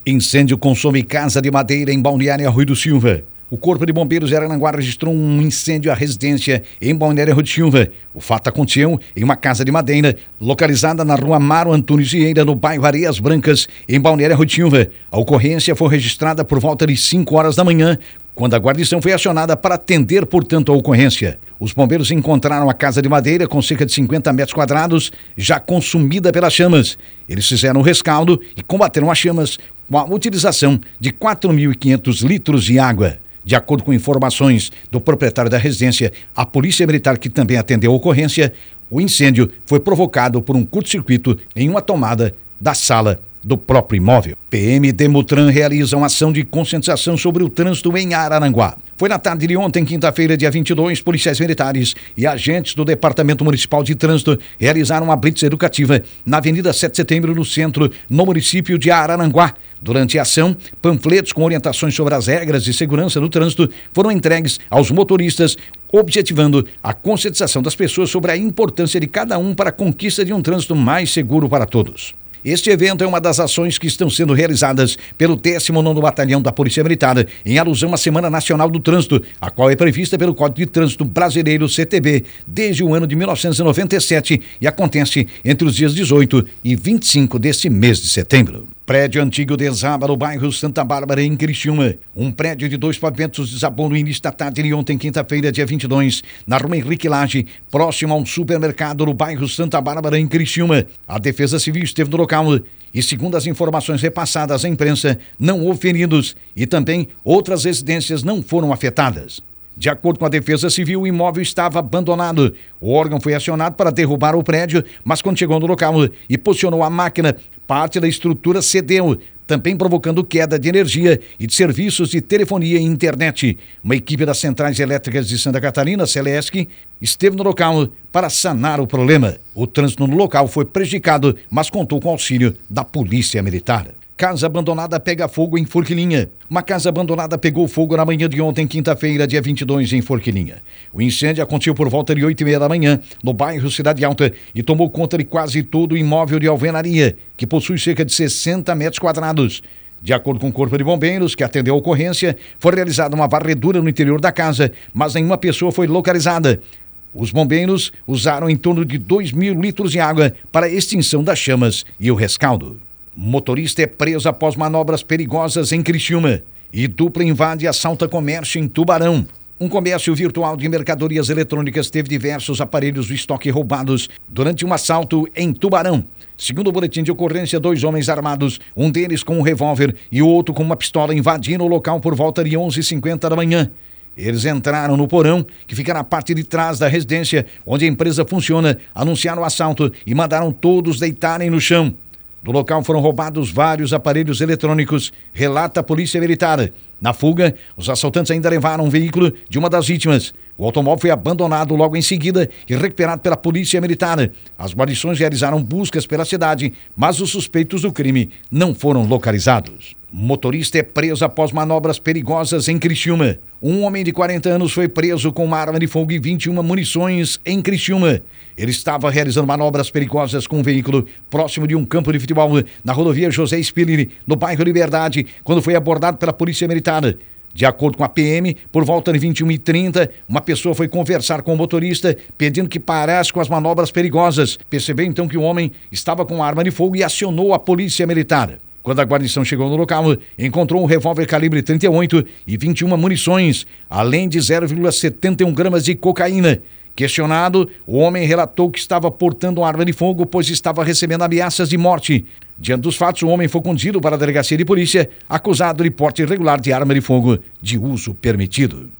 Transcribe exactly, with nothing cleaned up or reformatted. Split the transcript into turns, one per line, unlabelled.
Incêndio consome casa de madeira em Balneário Rui do Silva. O Corpo de Bombeiros de Araranguá registrou um incêndio à residência em Balneário Rui do Silva. O fato aconteceu em uma casa de madeira localizada na rua Amaro Antunes Vieira, no bairro Areias Brancas, em Balneário Rui do Silva. A ocorrência foi registrada por volta de cinco horas da manhã, quando a guarnição foi acionada para atender, portanto, a ocorrência. Os bombeiros encontraram a casa de madeira com cerca de cinquenta metros quadrados, já consumida pelas chamas. Eles fizeram o rescaldo e combateram as chamas com a utilização de quatro mil e quinhentos litros de água. De acordo com informações do proprietário da residência, a Polícia Militar, que também atendeu a ocorrência, o incêndio foi provocado por um curto-circuito em uma tomada da sala do próprio imóvel. P M e Demutran realizam ação de conscientização sobre o trânsito em Araranguá. Foi na tarde de ontem, quinta-feira, dia vinte e dois, policiais militares e agentes do Departamento Municipal de Trânsito realizaram uma blitz educativa na Avenida sete de Setembro, no centro, no município de Araranguá. Durante a ação, panfletos com orientações sobre as regras de segurança no trânsito foram entregues aos motoristas, objetivando a conscientização das pessoas sobre a importância de cada um para a conquista de um trânsito mais seguro para todos. Este evento é uma das ações que estão sendo realizadas pelo décimo nono Batalhão da Polícia Militar, em alusão à Semana Nacional do Trânsito, a qual é prevista pelo Código de Trânsito Brasileiro, C T B, desde o ano de mil novecentos e noventa e sete e acontece entre os dias dezoito e vinte e cinco deste mês de setembro. Prédio antigo desaba no bairro Santa Bárbara, em Criciúma. Um prédio de dois pavimentos desabou no início da tarde de ontem, quinta-feira, dia vinte e dois, na rua Henrique Lage, próximo a um supermercado no bairro Santa Bárbara, em Criciúma. A Defesa Civil esteve no local e, segundo as informações repassadas à imprensa, não houve feridos e também outras residências não foram afetadas. De acordo com a Defesa Civil, o imóvel estava abandonado. O órgão foi acionado para derrubar o prédio, mas quando chegou no local e posicionou a máquina, parte da estrutura cedeu, também provocando queda de energia e de serviços de telefonia e internet. Uma equipe das Centrais Elétricas de Santa Catarina, Celesc, esteve no local para sanar o problema. O trânsito no local foi prejudicado, mas contou com o auxílio da Polícia Militar. Casa abandonada pega fogo em Forquilinha. Uma casa abandonada pegou fogo na manhã de ontem, quinta-feira, dia vinte e dois, em Forquilinha. O incêndio aconteceu por volta de oito e meia da manhã, no bairro Cidade Alta, e tomou conta de quase todo o imóvel de alvenaria, que possui cerca de sessenta metros quadrados. De acordo com o Corpo de Bombeiros, que atendeu a ocorrência, foi realizada uma varredura no interior da casa, mas nenhuma pessoa foi localizada. Os bombeiros usaram em torno de dois mil litros de água para a extinção das chamas e o rescaldo. Motorista é preso após manobras perigosas em Criciúma. E dupla invade e assalta comércio em Tubarão. Um comércio virtual de mercadorias eletrônicas teve diversos aparelhos do estoque roubados durante um assalto em Tubarão. Segundo o boletim de ocorrência, dois homens armados, um deles com um revólver e o outro com uma pistola, invadiram o local por volta de onze e cinquenta da manhã. Eles entraram no porão, que fica na parte de trás da residência, onde a empresa funciona, anunciaram o assalto e mandaram todos deitarem no chão. Do local foram roubados vários aparelhos eletrônicos, relata a Polícia Militar. Na fuga, os assaltantes ainda levaram um veículo de uma das vítimas. O automóvel foi abandonado logo em seguida e recuperado pela Polícia Militar. As guarnições realizaram buscas pela cidade, mas os suspeitos do crime não foram localizados. Motorista é preso após manobras perigosas em Criciúma. Um homem de quarenta anos foi preso com uma arma de fogo e vinte e uma munições em Criciúma. Ele estava realizando manobras perigosas com um veículo próximo de um campo de futebol na rodovia José Spiller, no bairro Liberdade, quando foi abordado pela Polícia Militar. De acordo com a P M, por volta de vinte e uma e trinta, uma pessoa foi conversar com o motorista, pedindo que parasse com as manobras perigosas. Percebeu então que o homem estava com arma de fogo e acionou a Polícia Militar. Quando a guarnição chegou no local, encontrou um revólver calibre trinta e oito e vinte e uma munições, além de zero vírgula setenta e um gramas de cocaína. Questionado, o homem relatou que estava portando uma arma de fogo, pois estava recebendo ameaças de morte. Diante dos fatos, o homem foi conduzido para a delegacia de polícia, acusado de porte irregular de arma de fogo de uso permitido.